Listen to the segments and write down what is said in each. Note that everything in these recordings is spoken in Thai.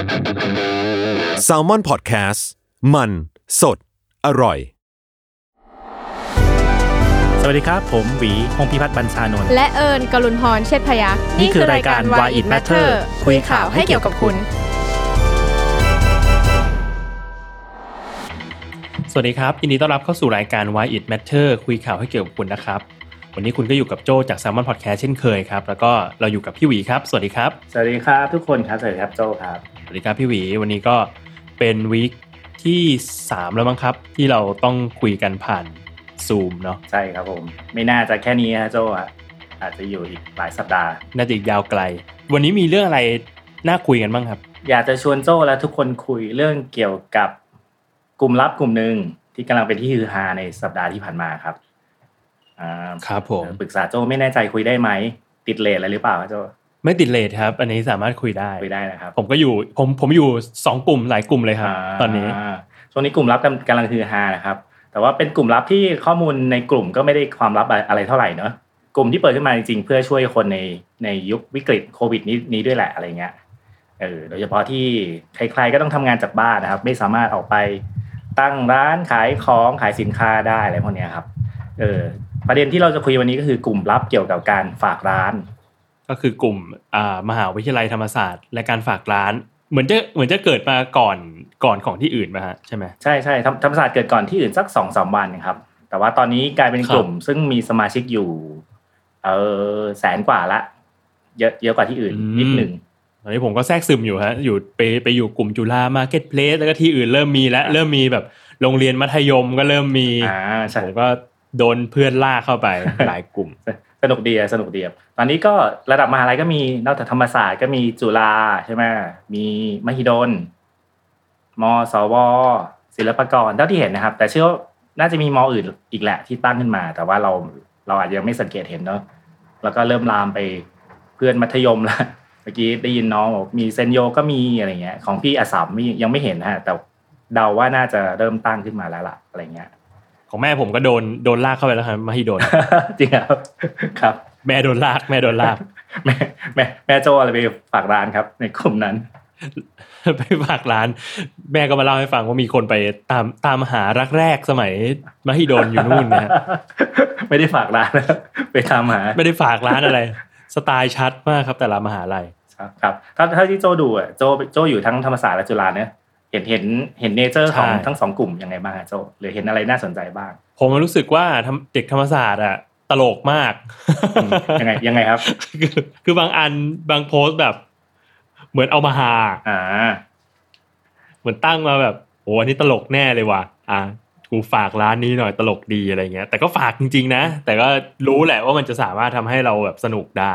Salmon Podcast มันสดอร่อยสวัสดีครับผมหวีพงษ์พิพัฒน์บัญชานนท์และเอิญกลุนพรเชษฐพยัคฆ์นี่คือรายการ Why It Matter คุยข่าวให้เกี่ยวกับคุณสวัสดีครับยินดีต้อนรับเข้าสู่รายการ Why It Matter คุยข่าวให้เกี่ยวกับคุณนะครับวันนี้คุณก็อยู่กับโจจาก Salmon Podcast เช่นเคยครับแล้วก็เราอยู่กับพี่หวีครับสวัสดีครับสวัสดีครับทุกคนครับสวัสดีครับโจครับสวัสดีครับพี่หวีวันนี้ก็เป็นวีคที่3แล้วมั้งครับที่เราต้องคุยกันผ่านZoom เนาะใช่ครับผมไม่น่าจะแค่นี้นะโจอาจจะอยู่อีกหลายสัปดาห์น่าจะอีกยาวไกลวันนี้มีเรื่องอะไรน่าคุยกันบ้างครับอยากจะชวนโจและทุกคนคุยเรื่องเกี่ยวกับกลุ่มลับกลุ่มนึงที่กำลังเป็นที่ฮือฮาในสัปดาห์ที่ผ่านมาครับครับผมปรึกษาโจไม่แน่ใจคุยได้ไหมติดเรทอะไรหรือเปล่าโจไม่ติดเรทครับอันนี้สามารถคุยได้นะครับผมก็อยู่ผมอยู่2กลุ่มหลายกลุ่มเลยครับตอนนี้ช่วงนี้กลุ่มลับกำลังฮือฮานะครับแต่ว่าเป็นกลุ่มลับที่ข้อมูลในกลุ่มก็ไม่ได้ความลับอะไรเท่าไหร่เนอะกลุ่มที่เปิดขึ้นมาจริงๆเพื่อช่วยคนในยุควิกฤตโควิดนี้ด้วยแหละอะไรเงี้ยโดยเฉพาะที่ใครๆก็ต้องทำงานจากบ้านนะครับไม่สามารถออกไปตั้งร้านขายของขายสินค้าได้อะไรพวกนี้ครับประเด็นที่เราจะคุยวันนี้ก็คือกลุ่มลับเกี่ยวกับการฝากร้านก็คือกลุ่มมหาวิทยาลัยธรรมศาสตร์และการฝากร้านเหมือนจะเกิดมาก่อนของที่อื่นป่ะฮะใช่ไหมใช่ธรรมศาสตร์เกิดก่อนที่อื่นสัก 2-3 วันครับแต่ว่าตอนนี้กลายเป็นกลุ่มซึ่งมีสมาชิกอยู่แสนกว่าละเยอะกว่าที่อื่นนิดนึงตอนนี้ผมก็แทรกซึมอยู่ฮะอยู่ไปอยู่กลุ่มจุฬามาร์เก็ตเพลสแล้วก็ที่อื่นเริ่มมีแล้วเริ่มมีแบบโรงเรียนมัธยมก็เริ่มมีผมก็โดนเพื่อนล่าเข้าไปหลายกลุ่มสนุกดีตอนนี้ก็ระดับมหาลัยก็มีนอกจากธรรมศาสตร์ก็มีจุฬาใช่ไหมมีมหิดลมสวศิลปากรเท่าที่เห็นนะครับแต่เชื่อว่าน่าจะมีมอื่นอีกแหละที่ตั้งขึ้นมาแต่ว่าเราอาจจะยังไม่สังเกตเห็นเนาะแล้วก็เริ่มลามไปเพื่อนมัธยมแล้วเมื่อกี้ได้ยินน้องบอกมีเซนโยก็มีอะไรเงี้ยของพี่อัสสัมยังไม่เห็นฮะแต่เดาว่าน่าจะเริ่มตั้งขึ้นมาแล้วล่ะอะไรเงี้ยของแม่ผมก็โดนลากเข้าไปแล้วครับมหิดลจริงครับแม่โดนลากแม่โจอะไรไปฝากร้านครับในกลุ่มนั้นไปฝากร้านแม่ก็มาเล่าให้ฟังว่ามีคนไปตามหารักแรกสมัยมหิดลอยู่นู่นนะไม่ได้ฝากร้านไปตามหาไม่ได้ฝากร้านอะไรสไตล์ชัดมากครับแต่ละมหาลัยครับถ้าที่โจดูอ่ะโจอยู่ทั้งธรรมศาสตร์และจุฬาเนี่ยเห็นเนเจอร์ของทั้งสองกลุ่มยังไงบ้างโจหรือเห็นอะไรน่าสนใจบ้างผมรู้สึกว่าเด็กธรรมศาสตร์อ่ะตลกมากยังไงครับคือบางอันบางโพสต์แบบเหมือนเอามาหาเหมือนตั้งมาแบบโอ้อันนี้ตลกแน่เลยว่ะกูฝากร้านนี้หน่อยตลกดีอะไรเงี้ยแต่ก็ฝากจริงๆนะแต่ก็รู้แหละว่ามันจะสามารถทำให้เราแบบสนุกได้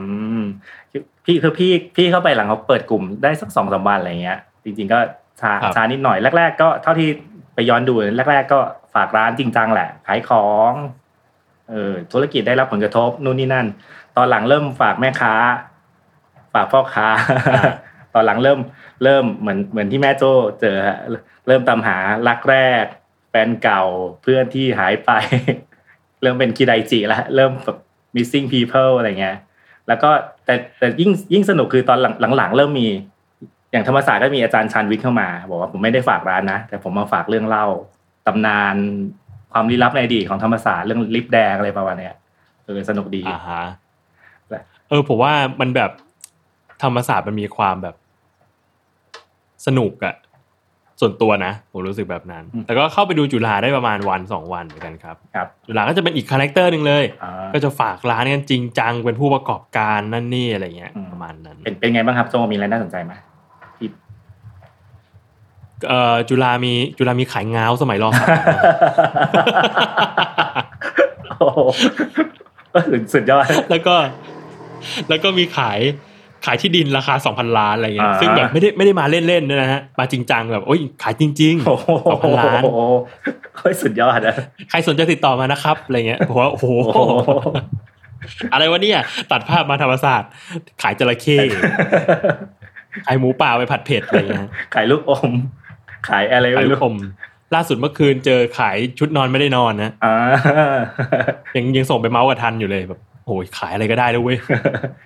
พี่เข้าไปหลังเขาเปิดกลุ่มได้สัก 2-3 วันอะไรเงี้ยจริงๆก็ช้านิดหน่อยแรกๆก็เท่าที่ไปย้อนดูแรกๆก็ฝากร้านจริงจังแหละขายของธุรกิจได้รับผลกระทบนู่นนี่นั่นตอนหลังเริ่มฝากแม่ค้าฝากพ่อค้าตอนหลังเริ่มเหมือนที่แม่โจ้เจอเริ่มตามหารักแรกแฟนเก่าเพื่อนที่หายไปเริ่มเป็นคิไดจิแล้วเริ่มแบบ missing people อะไรเงี้ยแล้วก็แต่ยิ่งสนุกคือตอนหลังเริ่มมีอย่างธรรมศาสตร์ก็มีอาจารย์ชาญวิทย์เข้ามาบอกว่าผมไม่ได้ฝากร้านนะแต่ผมมาฝากเรื่องเล่าตำนานความลี้ลับในอดีตของธรรมศาสตร์เรื่องลิฟต์แดงอะไรประมาณเนี้ยสนุกดีผมว่ามันแบบธรรมศาสตร์มันมีความแบบสนุกอะส่วนตัวนะผมรู้สึกแบบนั้นแต่ก็เข้าไปดูจุฬาได้ประมาณ 1-2 วันเหมือนกันครับจุฬาก็จะเป็นอีกคาแรคเตอร์นึงเลยก็จะฝากร้านกันจริงจังเป็นผู้ประกอบการนั่นนี่อะไรเงี้ยประมาณนั้นเป็นไงบ้างครับโจมีอะไรน่าสนใจไหมจุฬามีขายง้าวสมัยรอโอ้โหสุดยอดแล้วก็มีขายที่ดินราคา 2,000 ล้านอะไรเงี้ยซึ่งแบบไม่ได้มาเล่นๆนะฮะมาจริงจังแบบโอ้ยขายจริงๆ 2,000 ล้านโอ้ยสุดยอดนะใครสนใจติดต่อมานะครับอะไรเงี้ยโอ้โหอะไรวะเนี่ยตัดภาพมาธรรมศาสตร์ขายจระเข้ขายหมูป่าไปผัดเผ็ดอะไรเงี้ยขายลูกอมขายอะไรไม่รู้ล่าสุดเมื่อคืนเจอขายชุดนอนไม่ได้นอนนะยังส่งไปเมาส์กับทันอยู่เลยแบบโอ้ยขายอะไรก็ได้เลยเว้ย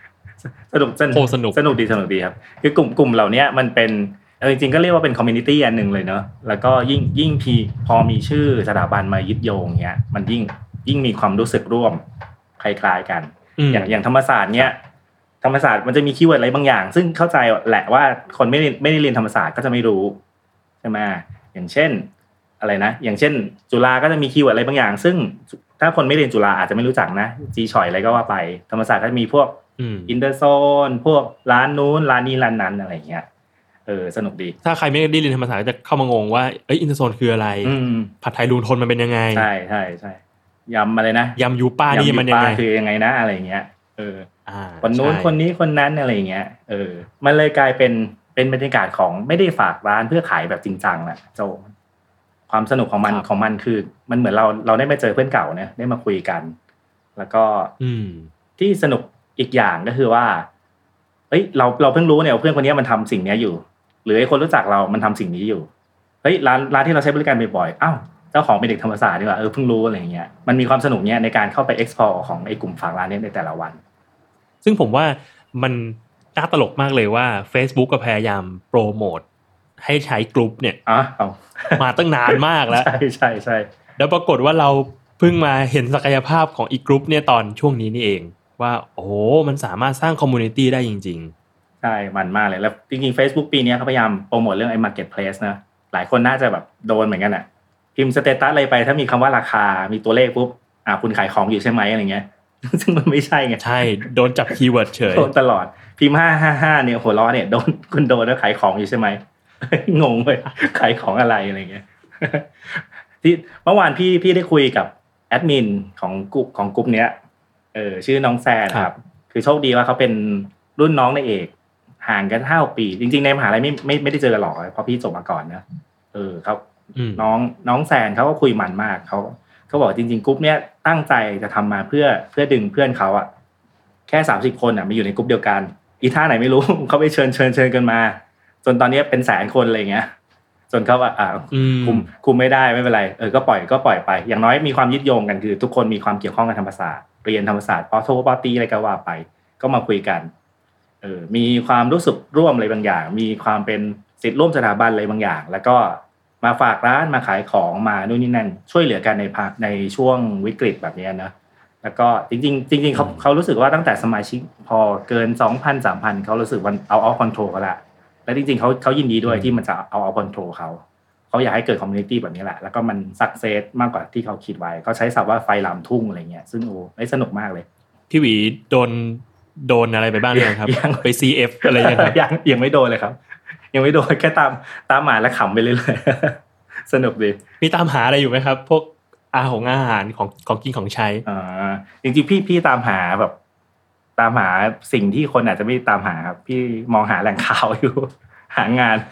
สนุกดีครับคือกลุ่มเหล่านี้มันเป็นจริงๆก็เรียกว่าเป็นคอมมูนิตี้อันนึงเลยเนาะแล้วก็ยิ่งพอมีชื่อสถาบันมายึดโยงเงี้ยมันยิ่งมีความรู้สึกร่วมคล้ายๆกันอย่างธรรมศาสตร์เนี้ยธรรมศาสตร์มันจะมีคีย์เวิร์ดอะไรบางอย่างซึ่งเข้าใจแหละว่าคนไม่ได้เรียนธรรมศาสตร์ก็จะไม่รู้ใช่ไหมอย่างเช่นอะไรนะอย่างเช่นจุฬาก็จะมีคีย์เวิร์ดอะไรบางอย่างซึ่งถ้าคนไม่เรียนจุฬาอาจจะไม่รู้จักนะจีฉอยอะไรก็ว่าไปธรรมศาสตร์ก็จะมีพวกอินเตอร์โซนพวกร้านนู้นร้านนี้ร้านนั้นอะไรเงี้ยสนุกดีถ้าใครไม่ได้เรียนธรรมศาสตร์ก็จะเข้ามางงว่าอินเตอร์โซนคืออะไรผัดไทยลุงทนมันเป็นยังไงใช่ยำอะไรนะยำยูป้านี่มันยังไงคือยังไงนะอะไรเงี้ยคนนู้นคนนี้คนนั้นอะไรเงี้ยมันเลยกลายเป็นบรรยากาศของไม่ได้ฝากร้านเพื่อขายแบบจริงจังแหละโจความสนุกของมันคือมันเหมือนเราได้มาเจอเพื่อนเก่าเนี่ยได้มาคุยกันแล้วก็ที่สนุกอีกอย่างก็คือว่าเราเพิ่งรู้เนี่ยเพื่อนคนนี้มันทำสิ่งนี้อยู่หรือไอ้คนรู้จักเรามันทำสิ่งนี้อยู่ร้านที่เราใช้บริการบ่อยๆอ้าวเจ้าของเป็นเด็กธรรมศาสตร์นี่หว่าเพิ่งรู้อะไรเงี้ยมันมีความสนุกเนี่ยในการเข้าไป explore ของไอ้กลุ่มฝากร้านนี้ในแต่ละวันซึ่งผมว่ามันน่าตลกมากเลยว่า Facebook ก็พยายามโปรโมทให้ใช้กลุ่มเนี่ยมาตั้งนานมากแล้วใช่แล้วปรากฏว่าเราเพิ่งมาเห็นศักยภาพของอีกกลุ่มเนี่ยตอนช่วงนี้นี่เองว่าโอ้โหมันสามารถสร้างคอมมูนิตี้ได้จริงๆใช่มันมากเลยแล้วจริงๆ Facebook ปีนี้เขาพยายามโปรโมทเรื่องไอ้ Marketplace นะหลายคนน่าจะแบบโดนเหมือนกันน่ะพิมพ์สเตตัสอะไรไปถ้ามีคำว่าราคามีตัวเลขปุ๊บคุณขายของอยู่ใช่ไหมอะไรเงี้ยซึ่งมันไม่ใช่ไงใช่โดนจับคีย์เวิร์ดเฉยโดนตลอดพิมพ์555เนี่ยหัวล้อเนี่ยโดนคุณโดนแล้วขายของอยู่ใช่ไหมงงเลยขายของอะไรเงี้ยที่เมื่อวานพี่ได้คุยกับแอดมินของกลุ่มเนี้ยชื่อน้องแซนครับคือโชคดีว่าเขาเป็นรุ่นน้องในเอกห่างกัน5 ปีจริงๆในมหาลัยไม่ได้เจอกันหรอกเพราะพี่จบมาก่อนนะเขาน้องแซนเขาก็คุยมันมากเขาบอกจริงๆกลุ่มเนี้ยตั้งใจจะทำมาเพื่อดึงเพื่อนเขาอ่ะแค่30 คนอ่ะมาอยู่ในกลุ่มเดียวกันอีท่าไหนไม่รู้เขาไปเชิญกันมาจนตอนนี้เป็น100,000 คนอะไรเงี้ยจนเขาว่าคุมไม่ได้ไม่เป็นไรก็ปล่อยไปอย่างน้อยมีความยึดโยงกันคือทุกคนมีความเกี่ยวข้องกับธรรมศาสตร์เรียนธรรมศาสตร์ปอตีอะไรก็ว่าไปก็มาคุยกันมีความรู้สึกร่วมอะไรบางอย่างมีความเป็นศิษย์ร่วมสถาบันอะไรบางอย่างแล้วก็มาฝากร้านมาขายของมานู่นนี่นั่นช่วยเหลือกันในช่วงวิกฤตแบบนี้นะแล้วก็จริงเขารู้สึกว่าตั้งแต่สมาชิกพอเกิน 2,000 3,000 เขารู้สึกว่าเอาคอนโทรลกันละและจริงๆเขายินดีด้วยที่มันจะเอาคอนโทรลเขาอยากให้เกิดคอมมูนิตี้แบบนี้แหละแล้วก็มันซักเซสมากกว่าที่เขาคิดไว้เขาใช้ศัพท์ว่าไฟลามทุ่งอะไรเงี้ยซึ่งสนุกมากเลยพี่หวีโดนอะไรไปบ้างเนี่ยครับไป CF อะไรยังไม่โดนเลยครับยังไม่โดนแค่ตามหมาและขำไปเรื่อยๆสนุกดีมีตามหาอะไรอยู่ไหมครับพวกอาหารของกินของใช้จริงๆพี่ตามหาแบบตามหาสิ่งที่คนอาจจะไม่ตามหาครับพี่มองหาแหล่งข่าวอยู่หางาน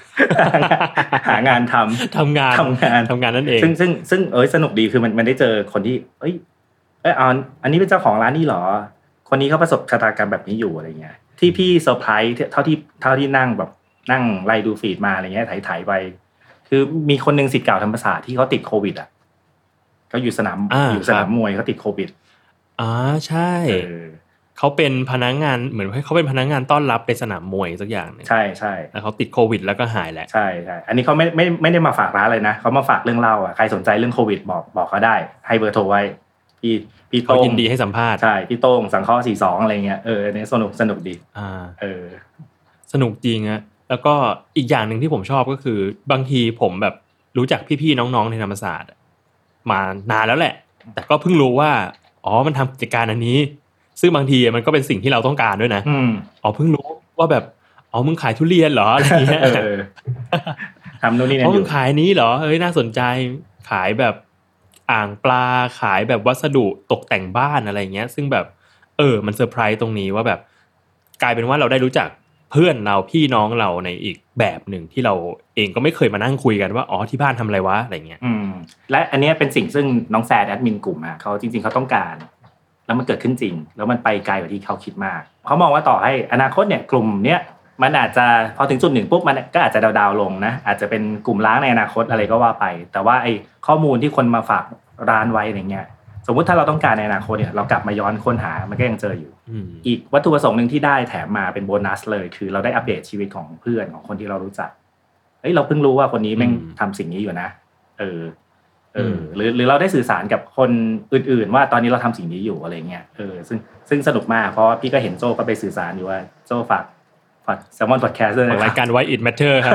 ทำงานนั่นเองซึ่งสนุกดีคือมันได้เจอคนที่อันนี้เป็นเจ้าของร้านนี่หรอคนนี้เขาประสบชะตากรรมแบบนี้อยู่อะไรเงี้ยที่พี่เซอร์ไพรส์เท่าที่นั่งไล่ดูฟีดมาอะไรเงี้ยถ่ายไปคือมีคนนึงศิษย์เก่าธรรมศาสตร์ที่เขาติดโควิดอ่ะเขาอยู่สนามมวยเขาติดโควิดใช่เขาเป็นพนักงานเหมือนเขาเป็นพนักงานต้อนรับในสนามมวยสักอย่างนึงใช่แล้วเขาติดโควิดแล้วก็หายแหละใช่อันนี้เขาไม่ได้มาฝากร้านเลยนะเขามาฝากเรื่องเล่าอ่ะใครสนใจเรื่องโควิดบอกเขาได้ให้เบอร์โทรไว้พี่โต้งยินดีให้สัมภาษณ์ใช่พี่โต้งสังเคราะห์42อะไรเงี้ยเนี่ยสนุกดีสนุกจริงอะแล้วก็อีกอย่างนึงที่ผมชอบก็คือบางทีผมแบบรู้จักพี่ๆน้องๆในธรรมศาสตร์มานานแล้วแหละแต่ก็เพิ่งรู้ว่ามันทำกิจการอันนี้ซึ่งบางทีมันก็เป็นสิ่งที่เราต้องการด้วยนะเพิ่งรู้ว่าแบบมึงขายทุเรียนเหรออะไรเงี้ยทำโน่นนี่นั่นอยู่มึงขายนี้เหรอน่าสนใจขายแบบอ่างปลาขายแบบวัสดุตกแต่งบ้านอะไรเงี้ยซึ่งแบบมันเซอร์ไพรส์ตรงนี้ว่าแบบกลายเป็นว่าเราได้รู้จักเพื่อนเราพี่น้องเราในอีกแบบหนึ่งที่เราเองก็ไม่เคยมานั่งคุยกันว่าที่บ้านทำอะไรวะอะไรเงี้ยและอันนี้เป็นสิ่งซึ่งน้องแซดแอดมินกลุ่มเขาจริงๆเขาต้องการแล้วมันเกิดขึ้นจริงแล้วมันไปไกลกว่าที่เขาคิดมากเขามองว่าต่อให้อนาคตเนี่ยกลุ่มเนี้ยมันอาจจะพอถึงจุดหนึ่งปุ๊บมันก็อาจจะดาวลงนะอาจจะเป็นกลุ่มล้างในอนาคตอะไรก็ว่าไปแต่ว่าไอ้ข้อมูลที่คนมาฝากร้านไว้อะไรเงี้ยโซสมมุติถ้าเราต้องการในอนาคตเนี่ยเรากลับมาย้อนค้นหามันก็ยังเจออยู่อีกวัตถุประสงค์นึงที่ได้แถมมาเป็นโบนัสเลยคือเราได้อัปเดตชีวิตของเพื่อนของคนที่เรารู้จักเราเพิ่งรู้ว่าคนนี้แม่งทำสิ่งนี้อยู่นะหรือเราได้สื่อสารกับคนอื่นๆว่าตอนนี้เราทำสิ่งนี้อยู่อะไรเงี้ยซึ่งสนุกมากเพราะพี่ก็เห็นโจ้ก็ไปสื่อสารอยู่ว่าโจ้ฝากSalmon Podcast ด้วยรายการ Why It Matter ครับ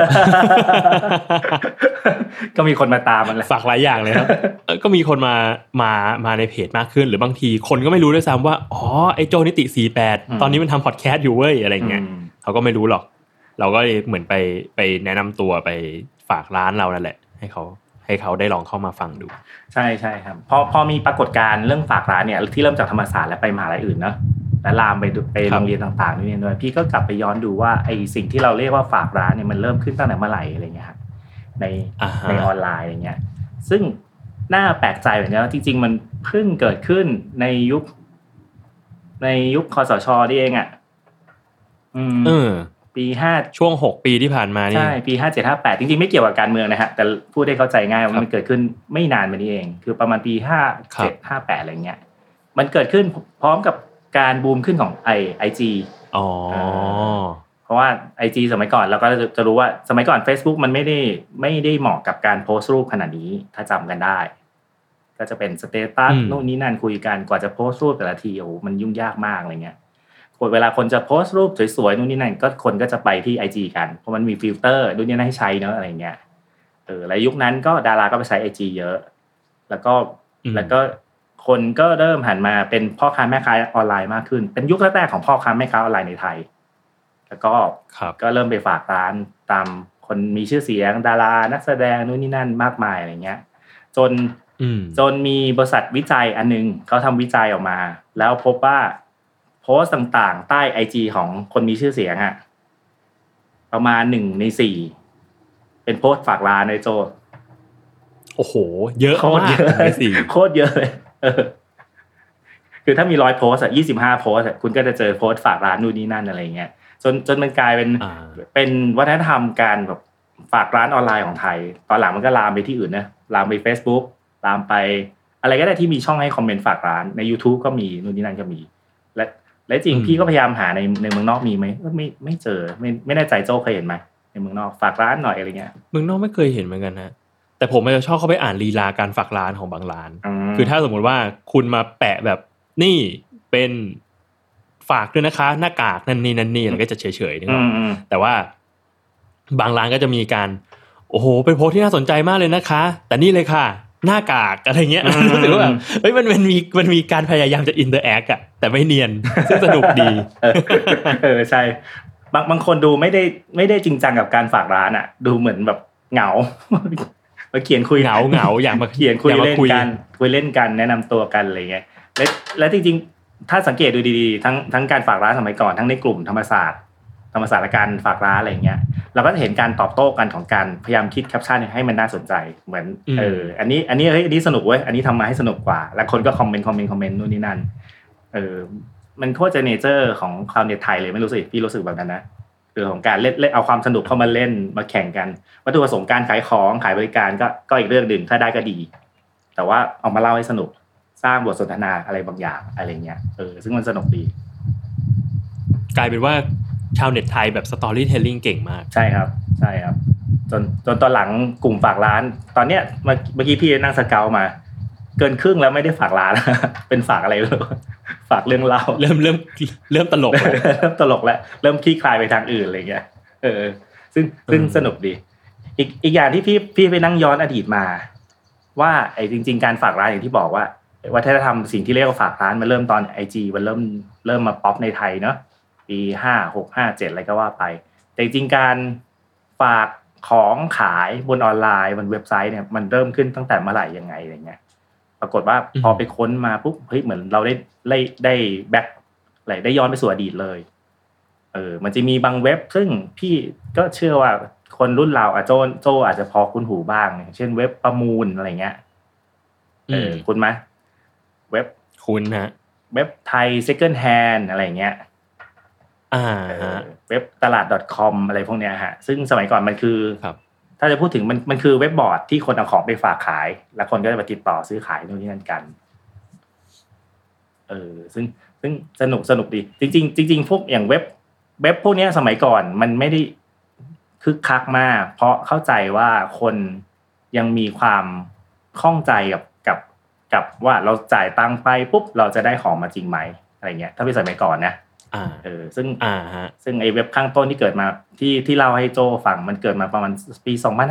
ก็มีคนมาตามมันแหละฝากหลายอย่างเลยครับ ก็มีคนมาในเพจมากขึ้นหรือบางทีคนก็ไม่รู้ด้วยซ้ำว่าอ๋อไอ้โจนิติ48ตอนนี้มันทำพอดแคสต์อยู่เว้ยอะไรเงี้ยเขาก็ไม่รู้หรอกเราก็เหมือนไปแนะนำตัวไปฝากร้านเรานั่นแหละให้เขาได้ลองเข้ามาฟังดูใช่ใช่ครับพอมีปรากฏการณ์เรื่องฝากร้านเนี่ยที่เริ่มจากธรรมศาสตร์และไปมหาลัยอื่นเนาะและลามไปโรงเรียนต่างๆนี่ด้วยพี่ก็กลับไปย้อนดูว่าไอ้สิ่งที่เราเรียกว่าฝากร้านเนี่ยมันเริ่มขึ้นตั้งแต่เมื่อไหร่อะไรเงี้ยครับในออนไลน์อะไรเงี้ยซึ่งน่าแปลกใจเหมือนกันจริงๆมันเพิ่งเกิดขึ้นในยุคคสช.นี่เองอ่ะปี5 ช่วง6ปีที่ผ่านมานี่ใช่ปี57-58จริงๆไม่เกี่ยวกับการเมืองนะฮะแต่พูดให้เข้าใจง่ายว่ามันเกิดขึ้นไม่นานมานี้เองคือประมาณปี57-58อะไรเงี้ยมันเกิดขึ้นพร้อมกับการบูมขึ้นของIG เพราะว่า IG สมัยก่อนเราก็จะรู้ว่าสมัยก่อน Facebook มันไม่ได้เหมาะกับการโพสต์รูปขนาดนี้ถ้าจำกันได้ก็จะเป็นสเตตัสนู่นนี่นั่นคุยกันกว่าจะโพสต์รูปแต่ละทีโอ้มันยุ่งยากมากอะไรเงี้ยเวลาคนจะโพสต์รูปสวยๆนู่นนี่นั่นก็คนก็จะไปที่ IG กันเพราะมันมีฟิลเตอร์นู่นนี่นั่นให้ใช้เนอะอะไรเงี้ยแล้วยุคนั้นก็ดาราก็ไปใช้ IG เยอะแล้วก็คนก็เริ่มหันมาเป็นพ่อค้าแม่ค้าออนไลน์มากขึ้นเป็นยุคแรกๆของพ่อค้าแม่ค้าออนไลน์ในไทยแล้วก็เริ่มไปฝากร้านตามคนมีชื่อเสียงดารานักแสดงนู่นนี่นั่นมากมายอะไรเงี้ยจนมีบริษัทวิจัยอันนึงเขาทำวิจัยออกมาแล้วพบว่าโพสต์ต่างๆใต้ IG ของคนมีชื่อเสียงอ่ะประมาณ1 ใน 4เป็นโพสต์ฝากร้านในโจโอ้โหเยอะมากโคตรเยอะเลยคือถ้ามี100โพสต์25โพสต์คุณก็จะเจอโพสต์ฝากร้านนู่นนี่นั่นอะไรเงี้ยจนมันกลายเป็นวัฒนธรรมการแบบฝากร้านออนไลน์ของไทยตอนหลังมันก็ลามไปที่อื่นนะลามไป Facebook ลามไปอะไรก็ได้ที่มีช่องให้คอมเมนต์ฝากร้านใน YouTube ก็มีนู่นนี่นั่นก็มีและจริงพี่ก็พยายามหาในเมืองนอกมีมั้ยไม่เจอไม่แน่ใจโจ้เคยเห็นมั้ยในเมืองนอกฝากร้านหน่อยอะไรเงี้ยเมืองนอกไม่เคยเห็นเหมือนกันนะแต่ผมจะชอบเข้าไปอ่านลีลาการฝากร้านของบางร้านคือถ้าสมมุติว่าคุณมาแปะแบบนี่เป็นฝากด้วยนะคะหน้ากากนั่นนี่แล้วก็จะเฉยๆนึกออกแต่ว่าบางร้านก็จะมีการโอ้โหเป็นโพสที่น่าสนใจมากเลยนะคะแต่นี่เลยค่ะหน้ากากอะไรเงี้ยรู้สึกว่าแบบเฮ้ยมันมีการพยายามจะอินเตอร์แอคอะแต่ไม่เนียนซึ่งสนุกดีใช่บางคนดูไม่ได้จริงจังกับการฝากร้านอะดูเหมือนแบบเหงามาเขียนคุยเหงาอยากมาเขียนคุยเล่นกันแนะนำตัวกันอะไรเงี้ยและจริงๆถ้าสังเกตดูดีๆทั้งการฝากร้านสมัยก่อนทั้งในกลุ่มธรรมศาสตร์และการฝากร้านอะไรเงี้ยเราก็จะเห็นการตอบโต้กันของการพยายามคิดแคปชั่นให้มันน่าสนใจเหมือนอันนี้เฮ้ยอันนี้สนุกเว้ยอันนี้ทำมาให้สนุกกว่าแล้วคนก็คอมเมนต์นู่นนี่นั่นมันโคตรจะเนเจอร์ของชาวเน็ตไทยเลยไม่รู้สิพี่รู้สึกแบบนั้นนะคือของการเล่นเอาความสนุกเข้ามาเล่นมาแข่งกันวัตถุประสงค์การขายของขายบริการก็อีกเรื่องนึงถ้าได้ก็ดีแต่ว่าเอามาเล่าให้สนุกสร้างบทสนทนาอะไรบางอย่างอะไรเงี้ยซึ่งมันสนุกดีกลายเป็นว่าชาวเน็ตไทยแบบ storytelling เก่งมากใช่ครับจนตอนหลังกลุ่มฝากร้านตอนเนี้ยเมื่อกี้พี่นั่งสเกลมาเกินครึ่งแล้วไม่ได้ฝากร้านเป็นฝากอะไรไม่รู้ฝากเรื่องเล่าเริ่มตลกแล้วเริ่มคลี่คลายไปทางอื่นอะไรเงี้ยซึ่งสนุกดีอีกอย่างที่พี่ไปนั่งย้อนอดีตมาว่าไอ้จริงๆการฝากร้านอย่างที่บอกว่าวัฒนธรรมสิ่งที่เรียกว่าฝากร้านมันเริ่มตอน IG มันเริ่มมาป๊อปในไทยเนาะปี56-57อะไรก็ว่าไปแต่จริงๆการฝากของขายบนออนไลน์บนเว็บไซต์เนี่ยมันเริ่มขึ้นตั้งแต่เมื่อไหร่ยังไงอะไรเงี้ยปรากฏว่าพอไปค้นมาปุ๊บเฮ้ยเหมือนเราได้แบ็คอะไรได้ย้อนไปสู่อดีตเลยมันจะมีบางเว็บซึ่งพี่ก็เชื่อว่าคนรุ่นเราโจอาจจะพอคุ้นหูบ้างเช่นเว็บประมูลอะไรเงี้ยคุ้นมั้ยเว็บคุ้นฮะเว็บไทย second hand อะไรเงี้ยเว็บตลาด .com อะไรพวกเนี้ยฮะซึ่งสมัยก่อนมันคือถ้าจะพูดถึงมันคือเว็บบอร์ดที่คนเอาของไปฝากขายแล้วคนก็จะมาติดต่อซื้อขายนู่นนี่นั่นกันซึ่งสนุกดีจริงพวกอย่างเว็บพวกนี้สมัยก่อนมันไม่ได้คึกคักมากเพราะเข้าใจว่าคนยังมีความข้องใจกับว่าเราจ่ายตังค์ไปปุ๊บเราจะได้ของมาจริงไหมอะไรเงี้ยถ้าเป็นสมัยก่อนนะซึ่งไอ้เว็บข้างต้นที่เกิดมาที่เล่าให้โจฟังมันเกิดมาประมาณปี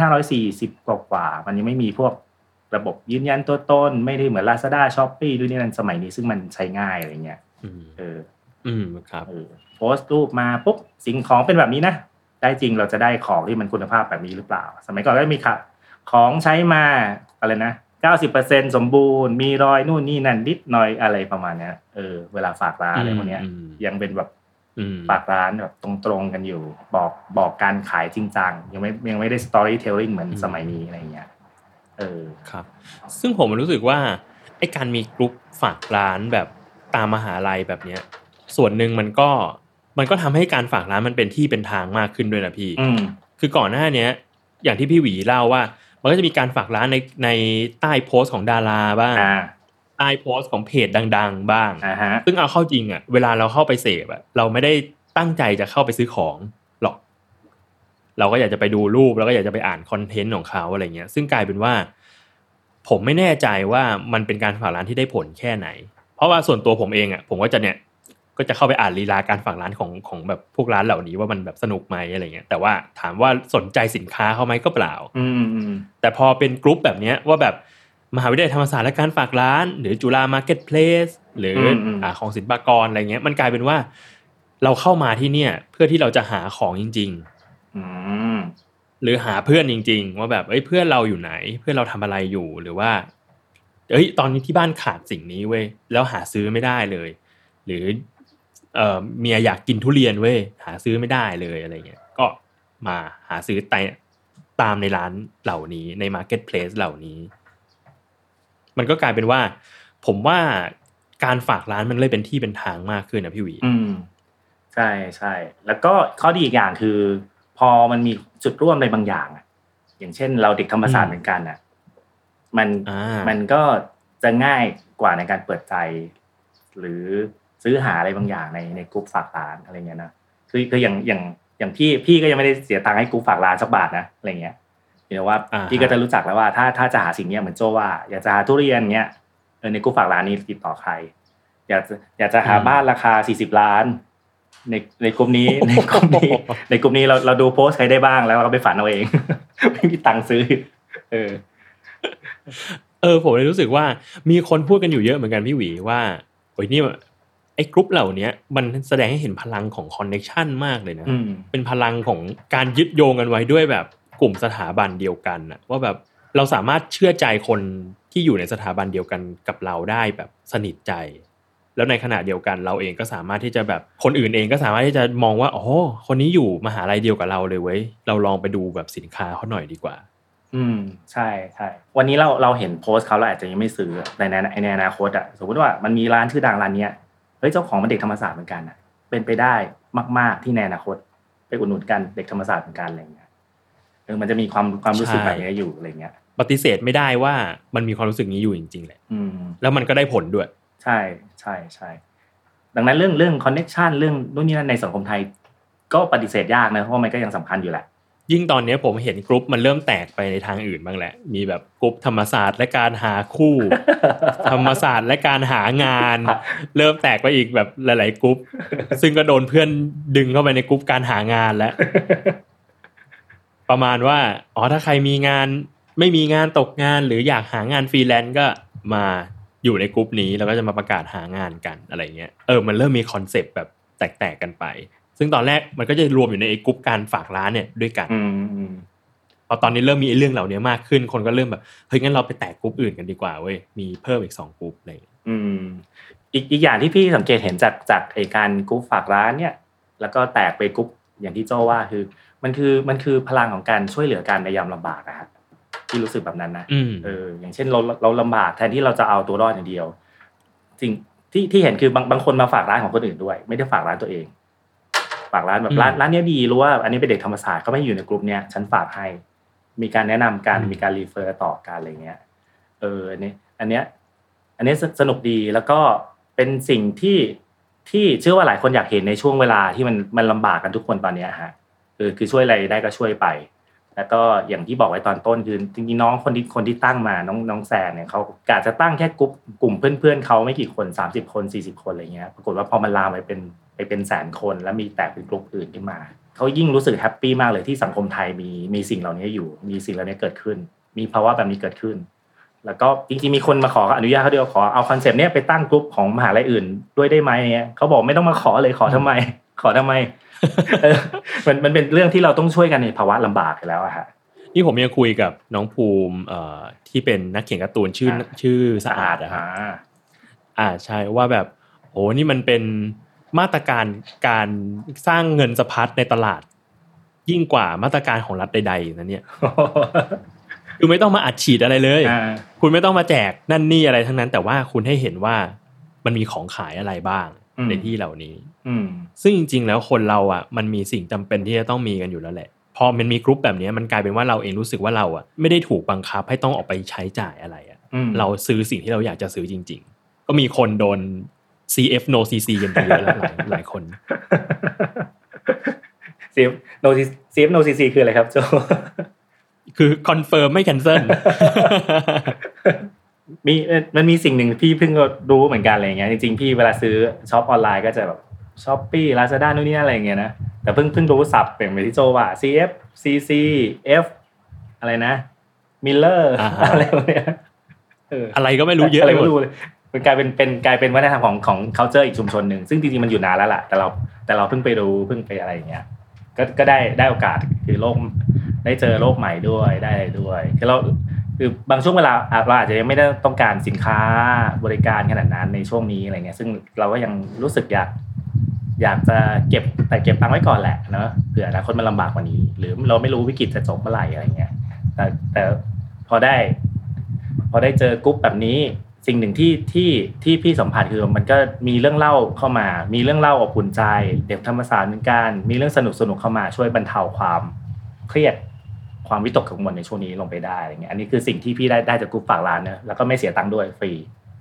2540กว่ามันยังไม่มีพวกระบบยืนยันตัวตนไม่ได้เหมือน Lazada Shopee ด้วยนี่นั่นสมัยนี้ซึ่งมันใช้ง่ายอะไรเงี้ยครับโพสต์รูปมาปุ๊บสิ่งของเป็นแบบนี้นะได้จริงเราจะได้ของที่มันคุณภาพแบบนี้หรือเปล่าสมัยก่อนก็มีค่ะของใช้มาอะไรนะ 90% สมบูรณ์มีรอยนู่นนี่นั่นนิดหน่อยอะไรประมาณนี้เวลาฝากร้านอะไรพวกเนี้ยยังเป็นแบบฝากร้านแบบตรงๆกันอยู่บอกการขายจริงจังยังไม่ได้ storytelling เหมือนสมัยนี้อะไรเงี้ยครับซึ่งผมรู้สึกว่าไอ้การมีกลุ่มฝากร้านแบบตามมหาลัยแบบเนี้ยส่วนหนึ่งมันก็ทำให้การฝากร้านมันเป็นที่เป็นทางมากขึ้นด้วยนะพี่คือก่อนหน้านี้อย่างที่พี่หวีเล่าว่ามันก็จะมีการฝากร้านในใต้โพสต์ของดาราบ้างใต้โพสต์ของเพจดังๆบ้างซึ่งเอาเข้าจริงอ่ะเวลาเราเข้าไปเสพอ่ะเราไม่ได้ตั้งใจจะเข้าไปซื้อของหรอกเราก็อยากจะไปดูรูปแล้วก็อยากจะไปอ่านคอนเทนต์ของเขาอะไรเงี้ยซึ่งกลายเป็นว่าผมไม่แน่ใจว่ามันเป็นการฝากร้านที่ได้ผลแค่ไหนเพราะว่าส่วนตัวผมเองอ่ะผมก็จะเข้าไปอ่านลีลาการฝากร้านของแบบพวกร้านเหล่านี้ว่ามันแบบสนุกไหมอะไรเงี้ยแต่ว่าถามว่าสนใจสินค้าเขาไหมก็เปล่าแต่พอเป็นกลุ่มแบบเนี้ยว่าแบบมหาวิทยาลัยธรรมศาสตร์และการฝากร้านหรือจุฬามาร์เก็ตเพลสหรือของศิลปากรอะไรเงี้ยมันกลายเป็นว่าเราเข้ามาที่เนี่ยเพื่อที่เราจะหาของจริงๆหรือหาเพื่อนจริงๆว่าแบบเพื่อนเราอยู่ไหนเพื่อนเราทำอะไรอยู่หรือว่าตอนนี้ที่บ้านขาดสิ่งนี้เว้ยแล้วหาซื้อไม่ได้เลยหรือเมียอยากกินทุเรียนเว้ยหาซื้อไม่ได้เลยอะไรเงี้ยก็มาหาซื้อตามในร้านเหล่านี้ใน marketplace เหล่านี้มันก็กลายเป็นว่าผมว่าการฝากร้านมันเลยเป็นที่เป็นทางมากขึ้นนะพี่หวีใช่ใช่แล้วก็ข้อดีอีกอย่างคือพอมันมีจุดร่วมในบางอย่างอย่างเช่นเราเด็กธรรมศาสตร์เหมือนกันมันก็จะง่ายกว่าในการเปิดใจหรือซื้อหาอะไรบางอย่างในกลุ่มฝากร้านอะไรเงี้ยนะคืออย่างพี่ก็ยังไม่ได้เสียตังค์ให้กลุ่มฝากร้านสักบาทนะอะไรเงี้ยเห็นว่าพี่ก็จะรู้จักแล้วว่าถ้าจะหาสิ่งเนี้ยเหมือนโจว่าอยากจะหาทุเรียนเงี้ยในกลุ่มฝากร้านนี้ติดต่อใครอยากจะหาบ้านราคา40 ล้านในกลุ่มนี้ในกลุ่มนี้เราดูโพสต์ใครได้บ้างแล้วเราก็ไปฝันเอาเองไม่มีตังค์ซื้อผมเลยรู้สึกว่ามีคนพูดกันอยู่เยอะเหมือนกันพี่หวีว่าโอ้ยนี่ไอ้กรุ๊ปเหล่านี้มันแสดงให้เห็นพลังของคอนเนคชั่นมากเลยนะเป็นพลังของการยึดโยงกันไว้ด้วยแบบกลุ่มสถาบันเดียวกันน่ะว่าแบบเราสามารถเชื่อใจคนที่อยู่ในสถาบันเดียวกันกับเราได้แบบสนิทใจแล้วในขณะเดียวกันเราเองก็สามารถที่จะแบบคนอื่นเองก็สามารถที่จะมองว่าอ๋อคนนี้อยู่มหาลัยเดียวกับเราเลยเว้ยเราลองไปดูแบบสินค้าเขาหน่อยดีกว่าใช่ใช่วันนี้เราเห็นโพสต์เขาเราอาจจะยังไม่ซื้อในอนาคตสมมติว่ามันมีร้านชื่อดังร้านนี้เจ้าของมันเด็กธรรมศาสตร์เหมือนกันเป็นไปได้มากๆที่ในอนาคตไปอุดหนุนกันเด็กธรรมศาสตร์เหมือนกันอะไรเงี้ยมันจะมีความรู้สึกแบบนี้อยู่อะไรเงี้ยปฏิเสธไม่ได้ว่ามันมีความรู้สึกนี้อยู่จริงๆแหละแล้วมันก็ได้ผลด้วยใช่ใช่ใช่ดังนั้นเรื่องคอนเนคชั่นเรื่องนู่นนี่นั่นในสังคมไทยก็ปฏิเสธยากนะเพราะมันก็ยังสำคัญอยู่แหละยิ่งตอนนี้ผมเห็นกรุ๊ปมันเริ่มแตกไปในทางอื่นบ้างแหละมีแบบกรุ๊ปธรรมศาสตร์และการหาคู่ ธรรมศาสตร์และการหางานเริ่มแตกไปอีกแบบหลายๆกรุ๊ปซึ่งก็โดนเพื่อนดึงเข้าไปในกรุ๊ปการหางานแล้ว ประมาณว่าถ้าใครมีงานไม่มีงานตกงานหรืออยากหางานฟรีแลนซ์ก็มาอยู่ในกรุ๊ปนี้แล้วก็จะมาประกาศหางานกันอะไรเงี้ยมันเริ่มมีคอนเซปต์แบบแตกๆกันไปซึ่งตอนแรกมันก็จะรวมอยู่ในกลุ่มการฝากร้านเนี่ยด้วยกันพอตอนนี้เริ่มมีเรื่องเหล่านี้มากขึ้นคนก็เริ่มแบบเฮ้ยงั้นเราไปแตกกลุ่มอื่นกันดีกว่าเว้ยมีเพิ่มอีก2กลุ่มอะไรอีกอย่างที่พี่สังเกตเห็นจากไอ้การกลุ่มฝากร้านเนี่ยแล้วก็แตกไปกลุ่มอย่างที่โจว่าคือมันคือพลังของการช่วยเหลือกันในยามลำบากครับที่รู้สึกแบบนั้นนะอย่างเช่นเราลำบากแทนที่เราจะเอาตัวรอดอย่างเดียวสิ่งที่เห็นคือบางคนมาฝากร้านของคนอื่นด้วยไม่ได้ฝากร้านตัวเองฝากร้านแบบร้านนี้ดีรู้ว่าอันนี้เป็นเด็กธรรมศาสตร์เขาไม่อยู่ในกลุ่มเนี้ยฉันฝากให้มีการแนะนำกันมีการรีเฟอร์ต่อกันอะไรเงี้ยอันนี้สนุกดีแล้วก็เป็นสิ่งที่เชื่อว่าหลายคนอยากเห็นในช่วงเวลาที่มันลำบากกันทุกคนตอนนี้ฮะคือช่วยอะไรได้ก็ช่วยไปแล้วก็อย่างที่บอกไว้ตอนต้นคือจริงๆน้องคนที่ตั้งมาน้องแซนเนี่ยเขากะจะตั้งแค่กลุ่มเพื่อนๆเขาไม่กี่คน30คน40คนอะไรเงี้ยปรากฏว่าพอมันลามไปเป็นแสนคนแล้วมีแตกเป็นกลุ่มอื่นขึ้นมาเขายิ่งรู้สึกแฮปปี้มากเลยที่สังคมไทยมีสิ่งเหล่านี้อยู่มีสิ่งเหล่านี้เกิดขึ้นมีภาวะแบบนี้เกิดขึ้นแล้วก็จริงๆมีคนมาขออนุญาตเขาเดียวขอเอาคอนเซปต์เนี้ยไปตั้งกลุ่มของมหาลัยอื่นด้วยได้ไหมเนี่ยเขาบอกไม่ต้องมาขอเลยขอทำไม มันเป็นเรื่องที่เราต้องช่วยกันในภาวะลำบากแล้วอะฮะนี่ผมยังคุยกับน้องภูมิที่เป็นนักเขียนการ์ตูนชื่อสะอาดใช่ว่าแบบโอ้นี่มันเป็นมาตรการสร้างเงินสะพัดในตลาดยิ่งกว่ามาตรการของรัฐใดๆนะเนี่ย คือไม่ต้องมาอัดฉีดอะไรเลยคุณไม่ต้องมาแจกนั่นนี่อะไรทั้งนั้นแต่ว่าคุณให้เห็นว่ามันมีของขายอะไรบ้างในที่เหล่านี้ซึ่งจริงๆแล้วคนเราอ่ะมันมีสิ่งจำเป็นที่จะต้องมีกันอยู่แล้วแหละพอมันมีกรุ๊ปแบบนี้มันกลายเป็นว่าเราเองรู้สึกว่าเราอ่ะไม่ได้ถูกบังคับให้ต้องออกไปใช้จ่ายอะไรอ่ะเราซื้อสิ่งที่เราอยากจะซื้อจริงๆก็มีคนโดน CF no CC กันไปเยอะแล้วหลายคน CF no CC คืออะไรครับโจคือคอนเฟิร์มไม่แคนเซิลมันมีสิ่งหนึ่งพี่เพิ่งรู้เหมือนกันอะไรเงี้ยจริงๆพี่เวลาซื้อช็อปออนไลน์ก็จะแบบ Shopee Lazada นู่นนี่อะไรเงี้ยนะแต่เพิ่งรู้ศัพท์เป็นที่โจว่า CF CC F อะไรนะ Miller อะไรพวกเนี้ยอะไรก็ไม่รู้เยอะเลยมันกลายเป็นวัฒนธรรมของ culture อีกชุมชนนึงซึ่งจริงๆมันอยู่นานแล้วล่ะแต่เราเพิ่งไปรู้เพิ่งไปอะไรอย่างเงี้ยก็ได้โอกาสคือโลกได้เจอโลกใหม่ด้วยได้อะไรด้วยคือบางช่วงเวลาเราอาจจะยังไม่ได้ต้องการสินค้าบริการขนาดนั้นในช่วงนี้อะไรเงี้ยซึ่งเราก็ยังรู้สึกอยากจะเก็บตังค์ไว้ก่อนแหละเนาะเผื่ออนาคตมันลำบากกว่านี้หรือเราไม่รู้วิกฤตจะจบเมื่อไหร่อะไรเงี้ยแต่พอได้เจอกรุ๊ปแบบนี้สิ่งหนึ่งที่พี่สัมผัสคือมันก็มีเรื่องเล่าเข้ามามีเรื่องเล่าอบอุ่นใจเด็กธรรมศาสตร์เหมือนกันมีเรื่องสนุกเข้ามาช่วยบรรเทาความเครียดความวิตกกังวลในช่วงนี้ลงไปได้อะไรเงี้ยอันนี้คือสิ่งที่พี่ได้จากกรุ๊ปฝากร้านเนอะแล้วก็ไม่เสียตังค์ด้วยฟรี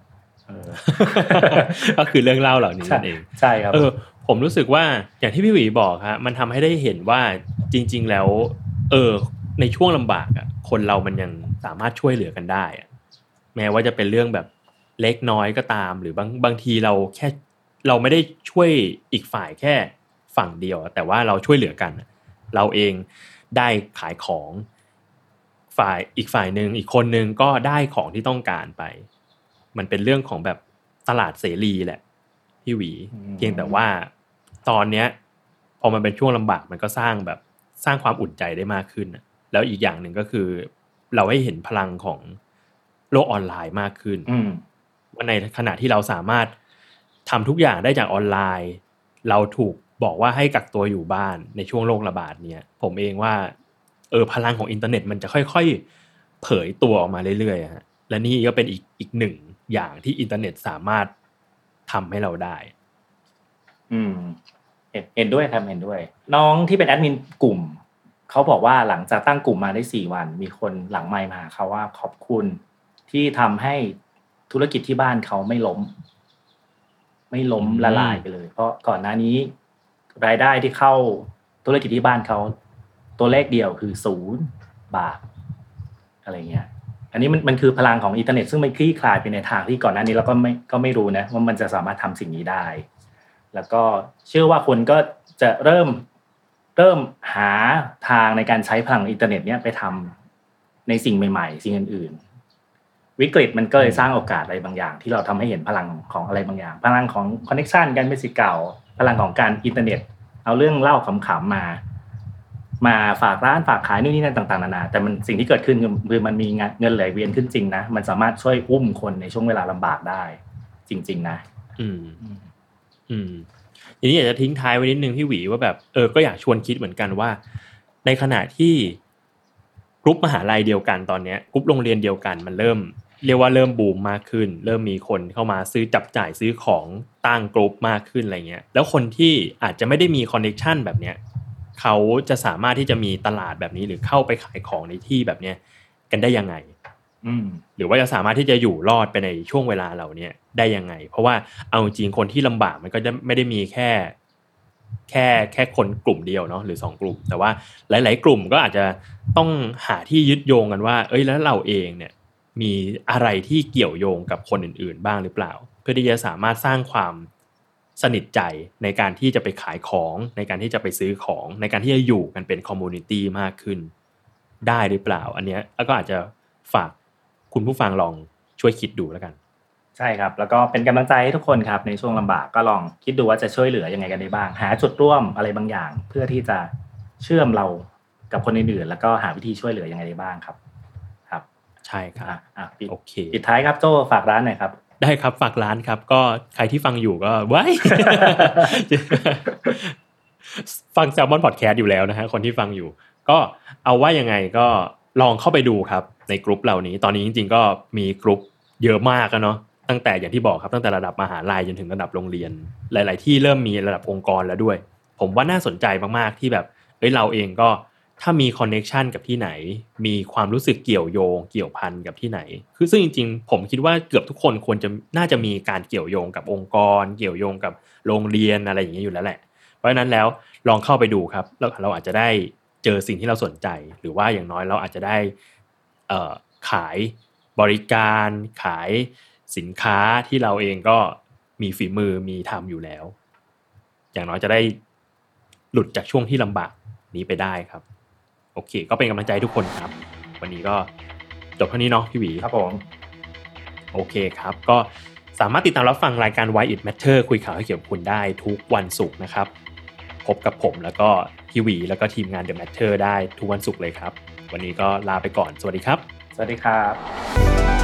ก็คือเรื่องเล่าเหล่านี้นั่นเองใช่ครับผมรู้สึกว่าอย่างที่พี่หวีบอกฮะมันทำให้ได้เห็นว่าจริงๆแล้วในช่วงลำบากอ่ะคนเรามันยังสามารถช่วยเหลือกันได้แม้ว่าจะเป็นเรื่องแบบเล็กน้อยก็ตามหรือบางทีเราไม่ได้ช่วยอีกฝ่ายแค่ฝั่งเดียวแต่ว่าเราช่วยเหลือกันเราเองได้ขายของอีกฝ่ายนึงอีกคนนึงก็ได้ของที่ต้องการไปมันเป็นเรื่องของแบบตลาดเสรีแหละพี่หวีเพียงแต่ว่าตอนเนี้ยพอมันเป็นช่วงลำบากมันก็สร้างความอุ่นใจได้มากขึ้นแล้วอีกอย่างหนึ่งก็คือเราให้เห็นพลังของโลกออนไลน์มากขึ้นว่าในขณะที่เราสามารถทำทุกอย่างได้จากออนไลน์เราถูกบอกว่าให้กักตัวอยู่บ้านในช่วงโรคระบาดเนี่ยผมเองว่าพลังของอินเทอร์เน็ตมันจะค่อยๆเผยตัวออกมาเรื่อยๆฮะและนี่ก็เป็นอีกหนึ่งอย่างที่อินเทอร์เน็ตสามารถทำให้เราได้เห็นด้วยครับเห็นด้วยน้องที่เป็นแอดมินกลุ่มเขาบอกว่าหลังจากตั้งกลุ่มมาได้4วันมีคนหลังไมค์มาเขาว่าขอบคุณที่ทำให้ธุรกิจที่บ้านเขาไม่ล้มละลายไปเลยเพราะก่อนหน้านี้รายได้ที่เข้าธุรกิจที่บ้านเขาตัวเลขเดียวคือ0 บาทอะไรเงี้ยอันนี้มันคือพลังของอินเทอร์เน็ตซึ่งมันคลี่คลายไปในทางที่ก่อนหน้านี้เราก็ไม่รู้นะว่ามันจะสามารถทำสิ่งนี้ได้แล้วก็เชื่อว่าคนก็จะเริ่มหาทางในการใช้พลังอินเทอร์เน็ตเนี้ยไปทำในสิ่งใหม่ๆสิ่งอื่นๆวิกฤตมันก็เลยสร้างโอกาสอะไรบางอย่างที่เราทำให้เห็นพลังของอะไรบางอย่างพลังของคอนเนคชั่นกันเป็นสิ่งเก่าพลังของการอินเทอร์เน็ตเอาเรื่องเล่าขำๆมาฝากร้านฝากขายนู่นนี่นั่นต่างๆนานาแต่มันสิ่งที่เกิดขึ้นคือมันมีเงินไหลเวียนขึ้นจริงนะมันสามารถช่วยอุ้มคนในช่วงเวลาลำบากได้จริงๆนะทีนี้อยากจะทิ้งท้ายไว้นิดนึงพี่หวีว่าแบบก็อยากชวนคิดเหมือนกันว่าในขณะที่กรุ๊ปมหาลัยเดียวกันตอนนี้กรุ๊ปโรงเรียนเดียวกันมันเริ่มบูมมากขึ้นเริ่มมีคนเข้ามาซื้อจับจ่ายซื้อของตั้งกรุ๊ปมากขึ้นอะไรเงี้ยแล้วคนที่อาจจะไม่ได้มีคอนเนคชั่นแบบเนี้ยเขาจะสามารถที่จะมีตลาดแบบนี้หรือเข้าไปขายของในที่แบบเนี้ยกันได้ยังไงหรือว่าจะสามารถที่จะอยู่รอดไปในช่วงเวลาเหล่านี้ได้ยังไงเพราะว่าเอาจริงคนที่ลำบากมันก็จะไม่ได้มีแค่คนกลุ่มเดียวเนาะหรือ2กลุ่มแต่ว่าหลายๆกลุ่มก็อาจจะต้องหาที่ยึดโยงกันว่าแล้วเราเองเนี่ยมีอะไรที่เกี่ยวโยงกับคนอื่นๆบ้างหรือเปล่าเพื่อที่จะสามารถสร้างความสนิทใจในการที่จะไปขายของในการที่จะไปซื้อของในการที่จะอยู่กันเป็นคอมมูนิตี้มากขึ้นได้หรือเปล่าอันเนี้ยก็อาจจะฝากคุณผู้ฟังลองช่วยคิดดูแล้วกันใช่ครับแล้วก็เป็นกำลังใจให้ทุกคนครับในช่วงลำบากก็ลองคิดดูว่าจะช่วยเหลือยังไงกันได้บ้างหาจุดร่วมอะไรบางอย่างเพื่อที่จะเชื่อมเรากับคนอื่นๆแล้วก็หาวิธีช่วยเหลือยังไงได้บ้างครับใช่ครับโอเคปิดท้ายครับโจ้ฝากร้านหน่อยครับได้ครับฝากร้านครับก็ใครที่ฟังอยู่ก็ไว้ ฟัง Salmon Podcast อยู่แล้วนะฮะคนที่ฟังอยู่ก็เอาว่ายังไงก็ลองเข้าไปดูครับในกลุ่มเหล่านี้ตอนนี้จริงๆก็มีกลุ่มเยอะมากแล้วเนาะตั้งแต่อย่างที่บอกครับตั้งแต่ระดับมหาลัยจนถึงระดับโรงเรียนหลายๆที่เริ่มมีระดับองค์กรแล้วด้วยผมว่าน่าสนใจมากๆที่แบบเราเองก็ถ้ามีคอนเนคชันกับที่ไหนมีความรู้สึกเกี่ยวโยงเกี่ยวพันกับที่ไหนคือซึ่งจริงๆผมคิดว่าเกือบทุกคนควรจะน่าจะมีการเกี่ยวโยงกับองค์กรเกี่ยวโยงกับโรงเรียนอะไรอย่างเงี้ยอยู่แล้วแหละเพราะฉะนั้นแล้วลองเข้าไปดูครับแล้วเราอาจจะได้เจอสิ่งที่เราสนใจหรือว่าอย่างน้อยเราอาจจะได้ขายบริการขายสินค้าที่เราเองก็มีฝีมือมีทำอยู่แล้วอย่างน้อยจะได้หลุดจากช่วงที่ลำบากนี้ไปได้ครับโอเคก็เป็นกำลังใจทุกคนครับวันนี้ก็จบเท่านี้เนาะพี่หวีครับผมโอเคครับก็สามารถติดตามรับฟังรายการ Why It Matter คุยข่าวให้เกี่ยวกับคุณได้ทุกวันศุกร์นะครับพบกับผมแล้วก็พี่หวีแล้วก็ทีมงาน The Matter ได้ทุกวันศุกร์เลยครับวันนี้ก็ลาไปก่อนสวัสดีครับสวัสดีครับ